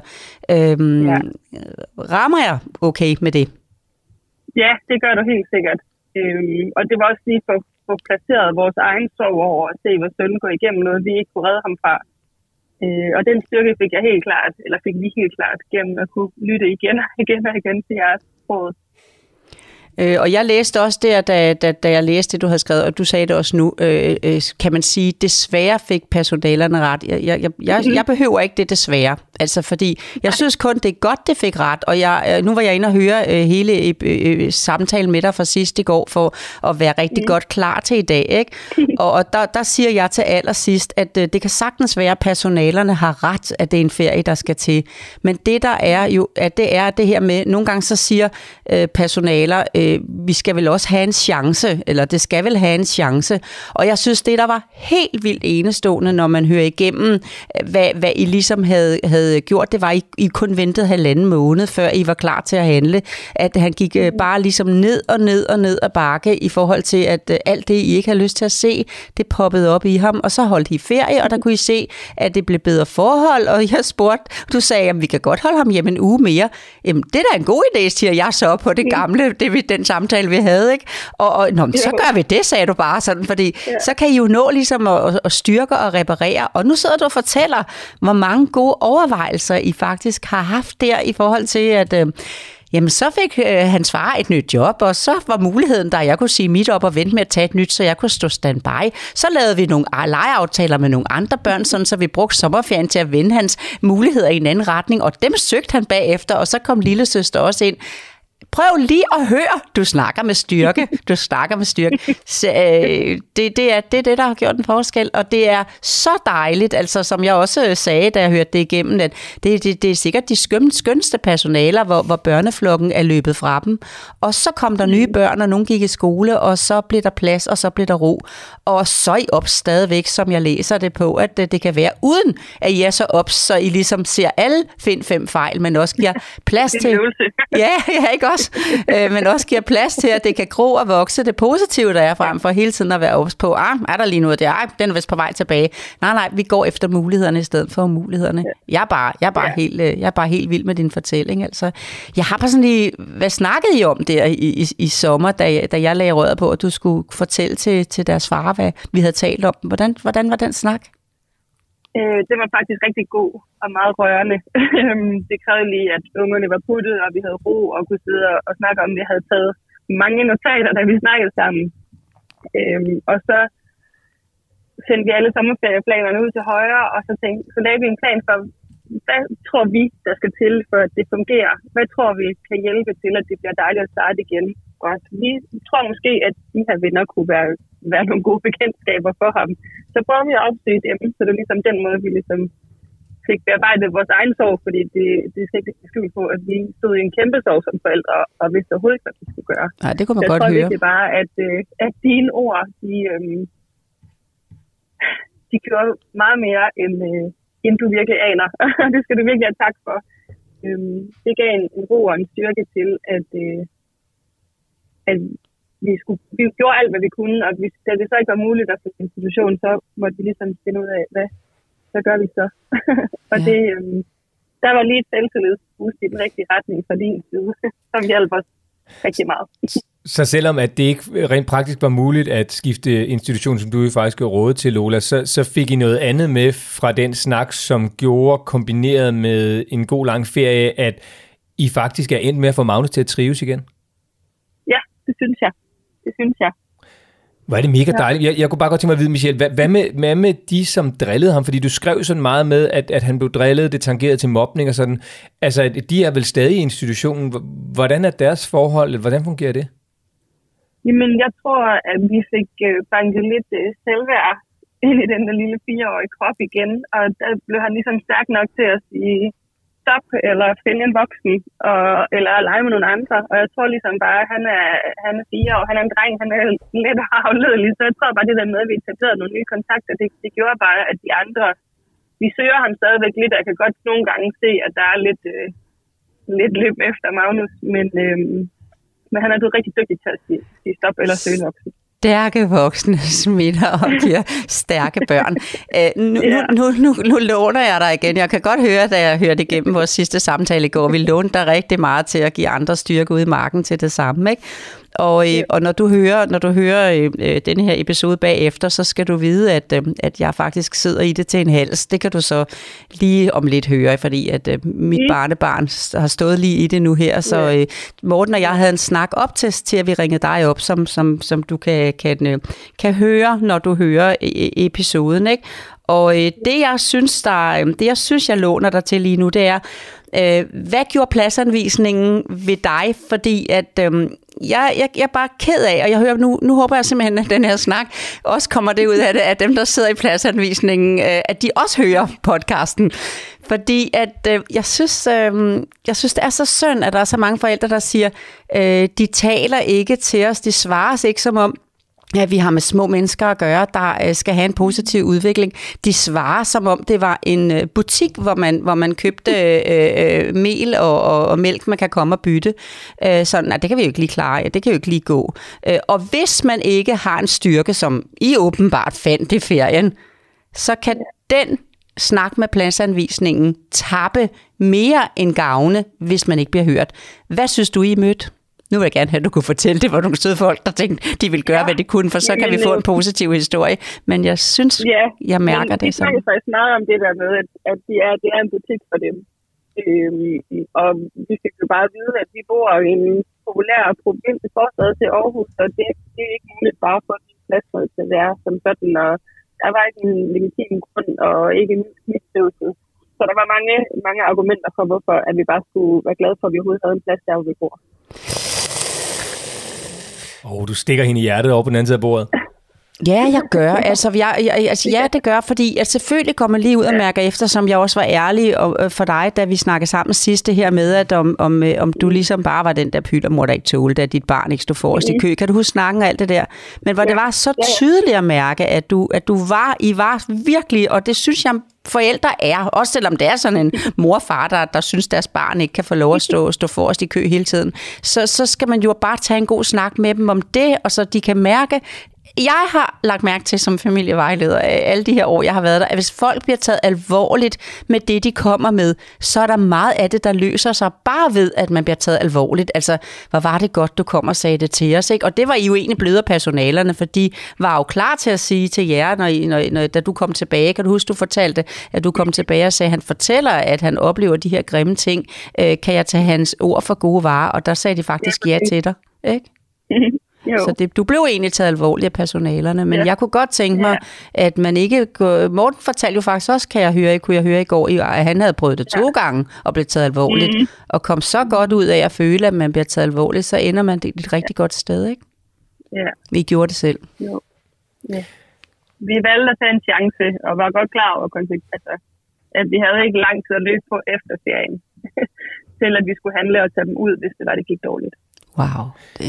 Speaker 4: Rammer jeg okay med det?
Speaker 3: Ja, det gør du helt sikkert. Og det var også lige for at få placeret vores egen sorg over at se, hvor søn går igennem noget, vi ikke kunne redde ham fra. Og den styrke fik vi helt klart gennem at kunne lytte igen og igen til jeres råd.
Speaker 4: Og jeg læste også der, da jeg læste det, du havde skrevet, og du sagde det også nu, kan man sige, desværre fik personalerne ret. Jeg behøver ikke det desværre, altså fordi jeg synes kun, det er godt, det fik ret, og nu var jeg inde og høre hele samtalen med dig fra sidst i går, for at være rigtig godt klar til i dag, ikke? Og der siger jeg til allersidst, at det kan sagtens være, at personalerne har ret, at det er en ferie, der skal til. Men det der er jo, at det er det her med, nogle gange så siger personaler, vi skal vel også have en chance, eller det skal vel have en chance. Og jeg synes, det der var helt vildt enestående, når man hører igennem, hvad I ligesom havde gjort, det var, I kun ventede 1,5 måned, før I var klar til at handle. At han gik bare ligesom ned ad bakke i forhold til, at alt det, I ikke har lyst til at se, det poppede op i ham. Og så holdt I ferie, og der kunne I se, at det blev bedre forhold. Og jeg spurgte, du sagde, at vi kan godt holde ham hjemme en uge mere. Jamen, det er da en god idé, siger jeg så på det gamle, den samtale, vi havde, ikke? Så gør vi det, sagde du bare sådan, fordi så kan I jo nå ligesom at styrke og reparere. Og nu sidder du og fortæller, hvor mange gode overvejelser I faktisk har haft der i forhold til, at jamen så fik hans far et nyt job, og så var muligheden der, jeg kunne sige mit op og vente med at tage et nyt, så jeg kunne stå standby. Så lavede vi nogle legeaftaler med nogle andre børn, sådan, så vi brugte sommerferien til at vende hans muligheder i en anden retning, og dem søgte han bagefter, og så kom lillesøster også ind. prøv lige at høre, du snakker med styrke. Du snakker med styrke. Så, det er det, der har gjort en forskel, og det er så dejligt, altså som jeg også sagde, da jeg hørte det igennem, at det er sikkert de skønste personaler, hvor børneflokken er løbet fra dem. Og så kom der nye børn, og nogen gik i skole, og så blev der plads, og så blev der ro. Og så er I op stadigvæk, som jeg læser det på, at det kan være, uden at I er så op, så I ligesom ser alle find 5 fejl, men også giver plads til... Ja, ikke også? Men også giver plads til, at det kan gro og vokse. Det positive, der er frem for hele tiden at være ops på, er der lige noget der? Den er vist på vej tilbage. Nej, vi går efter mulighederne i stedet for umulighederne. Jeg er bare helt vild med din fortælling. Altså, jeg har bare sådan lige... Hvad snakkede I om der i sommer, da jeg lagde røret på, at du skulle fortælle til deres far, hvad vi havde talt om? Hvordan var den snak?
Speaker 3: Det var faktisk rigtig god og meget rørende. Det krævede lige, at ungerne var puttet, og vi havde ro og kunne sidde og snakke om, vi havde taget mange notater, da vi snakkede sammen. Og så sendte vi alle sommerferieplanerne ud til højre, og så lavede vi en plan for, hvad tror vi, der skal til, for at det fungerer? Hvad tror vi kan hjælpe til, at det bliver dejligt at starte igen? Og vi tror måske, at de her venner kunne være nogle gode bekendtskaber for ham. Så prøver vi at opsøge dem, så det er ligesom den måde, vi ligesom fik bearbejdet vores egen sorg, fordi det skal ikke skjul på, at vi stod i en kæmpe sorg som forældre, og vidste overhovedet ikke, hvad vi skulle gøre.
Speaker 4: Nej, det kunne man
Speaker 3: så
Speaker 4: godt høre.
Speaker 3: Jeg tror virkelig bare, at dine ord, de gjorde meget mere, end du virkelig aner. Det skal du virkelig have tak for. Det gav en ro og en styrke til, at vi gjorde alt, hvad vi kunne, og da det så ikke var muligt at få en institution, så måtte vi ligesom finde ud af, hvad gør vi så? Og ja. Der var lige et selvtillidsboost i den rigtige retning fra din side, som hjalp os rigtig meget.
Speaker 2: Så selvom at det ikke rent praktisk var muligt at skifte institution, som du faktisk har rådet til, Lola, så fik I noget andet med fra den snak, som gjorde, kombineret med en god lang ferie, at I faktisk er endt med at få Magnus til at trives igen?
Speaker 3: Ja, det synes jeg.
Speaker 2: Hvor er det mega dejligt. Jeg kunne bare godt tænke mig at vide, Michelle, hvad med de, som drillede ham? Fordi du skrev sådan meget med, at han blev drillet, det tangerede til mobning og sådan. Altså, de er vel stadig i institutionen. Hvordan er deres forhold? Hvordan fungerer det?
Speaker 3: Jamen, jeg tror, at vi fik banket lidt selvværd ind i den der lille 4-årige krop igen. Og der blev han ligesom stærk nok til at sige stop, eller finde en voksen, eller lege med nogle andre. Og jeg tror ligesom bare, at han er 4 år, han er en dreng, han er lidt afledelig. Så jeg tror bare, det der med, at vi etablerede nogle nye kontakter, det gjorde bare, at de andre, vi søger ham stadigvæk lidt. Jeg kan godt nogle gange se, at der er lidt løb efter Magnus, men han er blevet rigtig dygtig til at sige stop eller søge en voksen.
Speaker 4: Stærke voksne smitter og giver stærke børn. Nu låner jeg dig igen. Jeg kan godt høre, da jeg hørte igennem vores sidste samtale i går, vi lånte dig rigtig meget til at give andre styrke ud i marken til det samme, ikke? Og når du hører denne her episode bagefter, så skal du vide, at jeg faktisk sidder i det til en hals. Det kan du så lige om lidt høre, fordi at mit barnebarn har stået lige i det nu her. Så Morten og jeg havde en snak op til at vi ringede dig op, som du kan høre, når du hører episoden, ikke? Og det jeg synes, jeg låner dig til lige nu, det er, hvad gjorde pladsanvisningen ved dig? Fordi at jeg er bare ked af, og jeg hører nu håber jeg simpelthen, at den her snak også kommer det ud af det, at dem, der sidder i pladsanvisningen, at de også hører podcasten. Fordi at jeg synes, det er så synd, at der er så mange forældre, der siger, de taler ikke til os, de svarer os ikke som om, at vi har med små mennesker at gøre, der skal have en positiv udvikling. De svarer, som om det var en butik, hvor man købte mel og mælk, man kan komme og bytte. Sådan, det kan vi jo ikke lige klare, det kan jo ikke lige gå. Og hvis man ikke har en styrke, som I åbenbart fandt i ferien, så kan den snak med pladsanvisningen tappe mere end gavne, hvis man ikke bliver hørt. Hvad synes du, I mødte? Nu vil jeg gerne have, at du kunne fortælle det, hvor nogle søde folk, der tænkte, de ville gøre, hvad de kunne, for så kan vi få en positiv historie. Men jeg synes, jeg mærker det sådan.
Speaker 3: Vi snakker faktisk meget om det der med, at det er en butik for dem. Og vi fik jo bare at vide, at vi bor i en populær provins i forstad til Aarhus, og det er ikke muligt bare for en plads for at være som sådan. Og der var ikke en legitim grund, og ikke en mistrivsel. Så der var mange argumenter for, hvorfor at vi bare skulle være glade for, at vi overhovedet havde en plads der, hvor vi bor.
Speaker 2: Du stikker hende i hjertet over på den anden side af bordet.
Speaker 4: Ja, jeg gør. Ja, det gør, fordi at selvfølgelig går man lige ud og mærker efter, som jeg også var ærlig for dig, da vi snakkede sammen sidst det her med, at om du ligesom bare var den der pyldermor, der ikke tålte, at dit barn ikke stod forrest i kø. Kan du huske snakken og alt det der? Men hvor det var så tydeligt at mærke, at I var virkelig, og det synes jeg forældre er, også selvom det er sådan en mor og far, der synes, deres barn ikke kan få lov at stå forrest i kø hele tiden, så skal man jo bare tage en god snak med dem om det, og så de kan mærke. Jeg har lagt mærke til som familievejleder alle de her år, jeg har været der, at hvis folk bliver taget alvorligt med det, de kommer med, så er der meget af det, der løser sig bare ved, at man bliver taget alvorligt. Altså, hvor var det godt, du kom og sagde det til os, ikke? Og det var I jo egentlig bløde personalerne, for de var jo klar til at sige til jer, da du kom tilbage. Kan du huske, du fortalte, at du kom tilbage og sagde, at han fortæller, at han oplever de her grimme ting. Kan jeg tage hans ord for gode varer? Og der sagde de faktisk ja til dig, ikke? Jo. Så du blev egentlig taget alvorligt af personalerne, men jeg kunne godt tænke mig, at man ikke... Morten fortalte jo faktisk også, kunne jeg høre i går, at han havde prøvet det 2 gange og blev taget alvorligt, og kom så godt ud af at føle, at man bliver taget alvorligt, så ender man det et rigtig godt sted, ikke? Ja. Vi gjorde det selv.
Speaker 3: Jo. Ja. Vi valgte at tage en chance, og var godt klar over konsekvenser, at vi havde ikke lang tid at løbe på efter serien, til at vi skulle handle og tage dem ud, hvis det gik dårligt.
Speaker 4: Wow,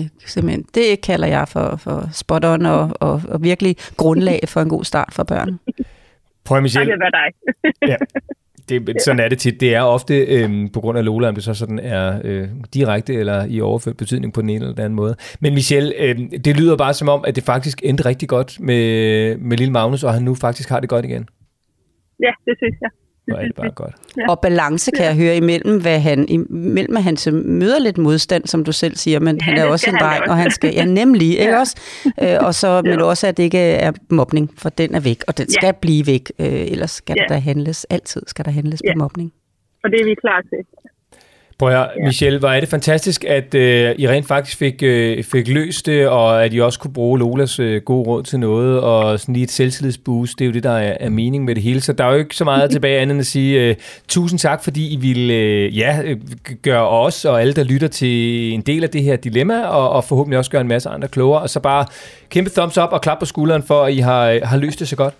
Speaker 4: det kalder jeg for spot on og virkelig grundlag for en god start for børn.
Speaker 2: Prøv Michelle.
Speaker 3: Tak, det var dig.
Speaker 2: Sådan er det tit. Det er ofte på grund af Lola, om det så sådan er direkte eller i overført betydning på den ene eller den anden måde. Men Michelle, det lyder bare som om, at det faktisk endte rigtig godt med lille Magnus, og han nu faktisk har det godt igen.
Speaker 3: Ja, det synes jeg.
Speaker 2: Hvor er det bare godt.
Speaker 4: Ja. Og balance kan jeg høre imellem, imellem at han møder lidt modstand, som du selv siger, men han er også en dreng, og han skal, nemlig, ikke også? Og så, men også, at det ikke er mobning, for den er væk, og den skal blive væk, ellers skal der handles, altid skal der handles på mobning.
Speaker 3: Og det er vi klar til.
Speaker 2: Prøv at høre, Michelle, hvor er det fantastisk, at I rent faktisk fik løst det, og at I også kunne bruge Lolas gode råd til noget, og sådan lige et selvtillidsboost, det er jo det, der er mening med det hele. Så der er jo ikke så meget tilbage andet end at sige tusind tak, fordi I ville gøre os og alle, der lytter til en del af det her dilemma, og forhåbentlig også gøre en masse andre klogere. Og så bare kæmpe thumbs up og klap på skulderen for, at I har løst det så godt.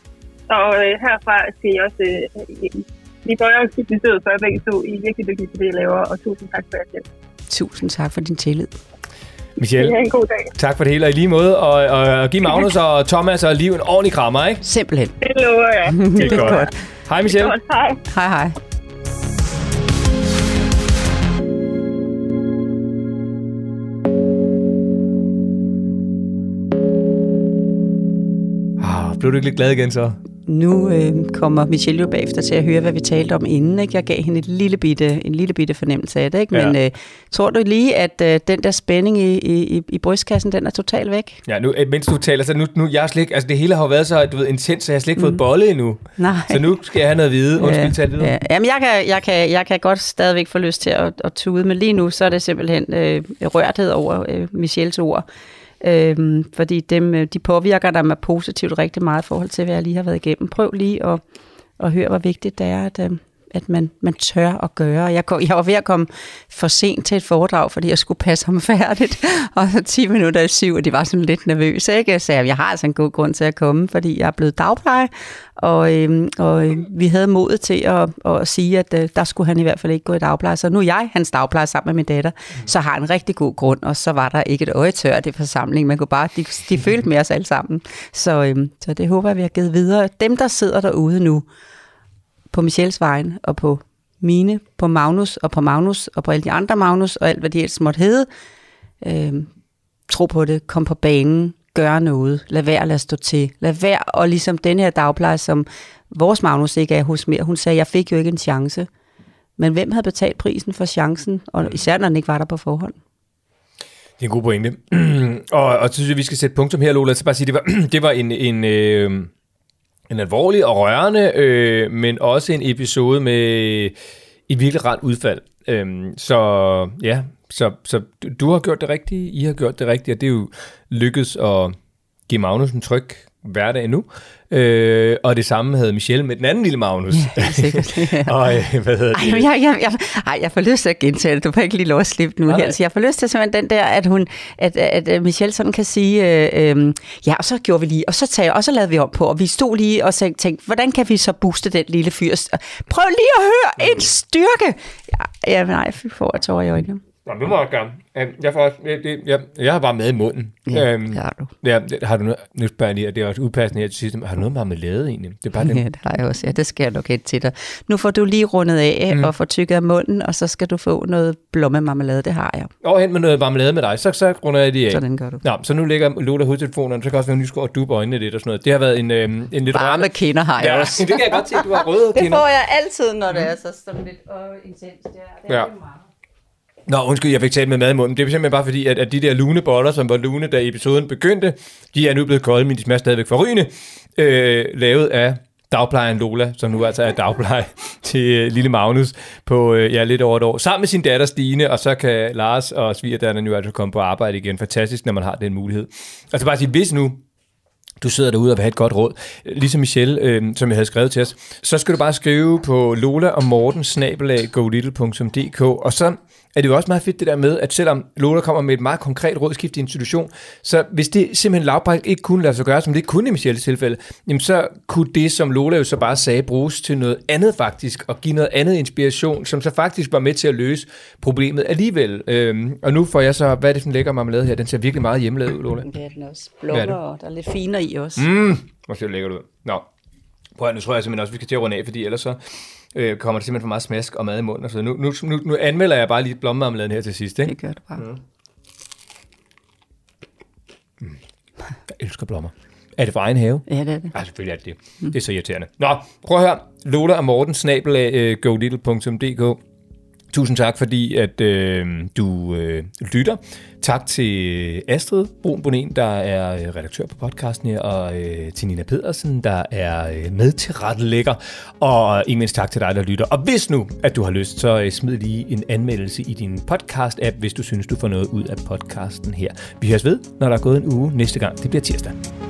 Speaker 3: Og herfra skal I også... Vi bøjer også dit besøg for begge to. I er virkelig dygtige til det, I laver, og tusind tak for jeres hjælp.
Speaker 4: Tusind tak for din tillid.
Speaker 2: Michelle,
Speaker 3: en god dag.
Speaker 2: Tak for det hele, og i lige måde. Og giv Magnus og Thomas og Liv en ordentlig krammer, ikke?
Speaker 4: Simpelthen.
Speaker 3: Det lover jeg.
Speaker 2: Det er godt. Hej Michelle.
Speaker 3: Hej.
Speaker 4: Hej.
Speaker 2: Blev du ikke lidt glad igen så?
Speaker 4: Nu kommer Michelle jo bagefter til at høre, hvad vi talte om inden. Ikke? Jeg gav hende en lille bitte fornemmelse af det. Ikke? Men tror du lige, at den der spænding i brystkassen, den er totalt væk?
Speaker 2: Ja, nu, mens du taler, så nu jeg slet ikke, altså det hele har jo været så intens, så jeg har slet ikke fået bolle endnu.
Speaker 4: Nej.
Speaker 2: Så nu skal jeg have noget at vide. Undskyld, tag det videre.
Speaker 4: Ja. Jamen, jeg kan godt stadigvæk få lyst til at tude, men lige nu, så er det simpelthen rørthed over Michelles ord. Fordi de påvirker dig med positivt rigtig meget i forhold til, hvad jeg lige har været igennem. Prøv lige at høre, hvor vigtigt det er, at man tør at gøre. Jeg var ved at komme for sent til et foredrag, fordi jeg skulle passe ham færdigt, og så 10 minutter i 7, og de var sådan lidt nervøse, ikke? Så jeg har altså en god grund til at komme, fordi jeg er blevet dagpleje, og vi havde modet til at sige, at der skulle han i hvert fald ikke gå i dagpleje. Så nu er jeg hans dagpleje sammen med min datter, så har en rigtig god grund, og så var der ikke et øje tørt i forsamlingen. Man kunne bare, de følte med os alle sammen. Så det håber jeg, vi har givet videre. Dem, der sidder derude nu, på Michelles vejen, og på mine, på Magnus, og på alle de andre Magnus, og alt, hvad de ellers måtte hedde. Tro på det, kom på banen, gør noget, lad være at lade stå til, lad være, og ligesom den her dagpleje, som vores Magnus ikke er hos mere, hun sagde, jeg fik jo ikke en chance. Men hvem havde betalt prisen for chancen, og især når den ikke var der på forhånd?
Speaker 2: Det er en god pointe. Og så synes jeg, vi skal sætte punktum her, Lola. Så bare sige, det var en alvorlig og rørende, men også en episode med et virkelig ret udfald. Så du har gjort det rigtige, I har gjort det rigtige, og det er jo lykkedes at give Magnus en tryg hverdag nu. Og det samme havde Michelle med den anden lille Magnus.
Speaker 4: Ja, sikkert.
Speaker 2: Og hvad hedder det?
Speaker 4: Jeg får lyst til at gentage det. Du får ikke lige lov at slippe nu her. Så jeg får lyst til simpelthen den der, at Michelle sådan kan sige, ja, og så gjorde vi lige, og så lavede vi om på, og vi stod lige og tænkte, hvordan kan vi så booste den lille fyr? Prøv lige at høre en styrke! Ja, nej, jeg får et tårer i øjnene.
Speaker 2: Nå, det må jeg gerne. Jeg har bare mad i munden.
Speaker 4: Ja, det har du.
Speaker 2: Ja, har du noget, nu spørger jeg lige, og det er også upassende her til sidst, har du noget marmelade egentlig? Det er bare
Speaker 4: ja, det har jeg også. Ja, det skal jeg nok hente til dig. Nu får du lige rundet af og får tykket af munden, og så skal du få noget blommemarmelade, det har jeg.
Speaker 2: Hen med noget marmelade med dig, så runder jeg lige af.
Speaker 4: Sådan gør du.
Speaker 2: Nå, så nu ligger Lola hovedtelefonerne, så kan også være nysgård og duppe øjnene lidt og sådan noget. Det har været en lidt
Speaker 4: varme kinder har jeg også.
Speaker 2: Det kan jeg godt se, du har røde kinder.
Speaker 4: Det får jeg altid, når det er så sådan lidt intens. Det er
Speaker 2: Nå, undskyld, jeg fik talt med mad i munden. Det er simpelthen bare fordi, at de der luneboller, som var lune, da episoden begyndte, de er nu blevet kolde, men de smager stadigvæk forrygende. Lavet af dagplejeren Lola, som nu altså er dagpleje til lille Magnus på lidt over et år. Sammen med sin datter Stine, og så kan Lars og svigerdatteren nu altså komme på arbejde igen. Fantastisk, når man har den mulighed. Altså bare sige, hvis nu du sidder derude og vil have et godt råd, ligesom Michelle, som jeg havde skrevet til os, så skal du bare skrive på lola@go-little.dk, og så er det jo også meget fedt det der med, at selvom Lola kommer med et meget konkret rådskift i institution, så hvis det simpelthen lavpraktisk ikke kunne lade sig gøre, som det ikke kunne i Michelles tilfælde, jamen så kunne det, som Lola jo så bare sagde, bruges til noget andet faktisk, og give noget andet inspiration, som så faktisk var med til at løse problemet alligevel. Og nu får jeg så, hvad er det for en lækker marmelade her? Den ser virkelig meget hjemmelavet ud, Lola.
Speaker 4: Det er den også. Blommer, og der er lidt finere i også.
Speaker 2: Hvor ser det lækkert ud. Nå, prøv at, nu tror jeg simpelthen også, vi skal til at runde af, fordi ellers så kommer der simpelthen for meget smask og mad i munden. Og så nu anmelder jeg bare lige blommemarmeladen her til sidst, ikke?
Speaker 4: Det gør du bare.
Speaker 2: Jeg elsker blommer. Er det for egen have?
Speaker 4: Ja, det er det.
Speaker 2: Ja, selvfølgelig er det det. Det er så irriterende. Nå, prøv at høre. Lola og Morten, @golittle.dk. Tusind tak, fordi at du lytter. Tak til Astrid Brun Bonin, der er redaktør på podcasten her, og til Nina Pedersen, der er med til rettelægger, og ikke mindst tak til dig, der lytter. Og hvis nu, at du har lyst, så smid lige en anmeldelse i din podcast-app, hvis du synes, du får noget ud af podcasten her. Vi høres ved, når der er gået en uge næste gang. Det bliver tirsdag.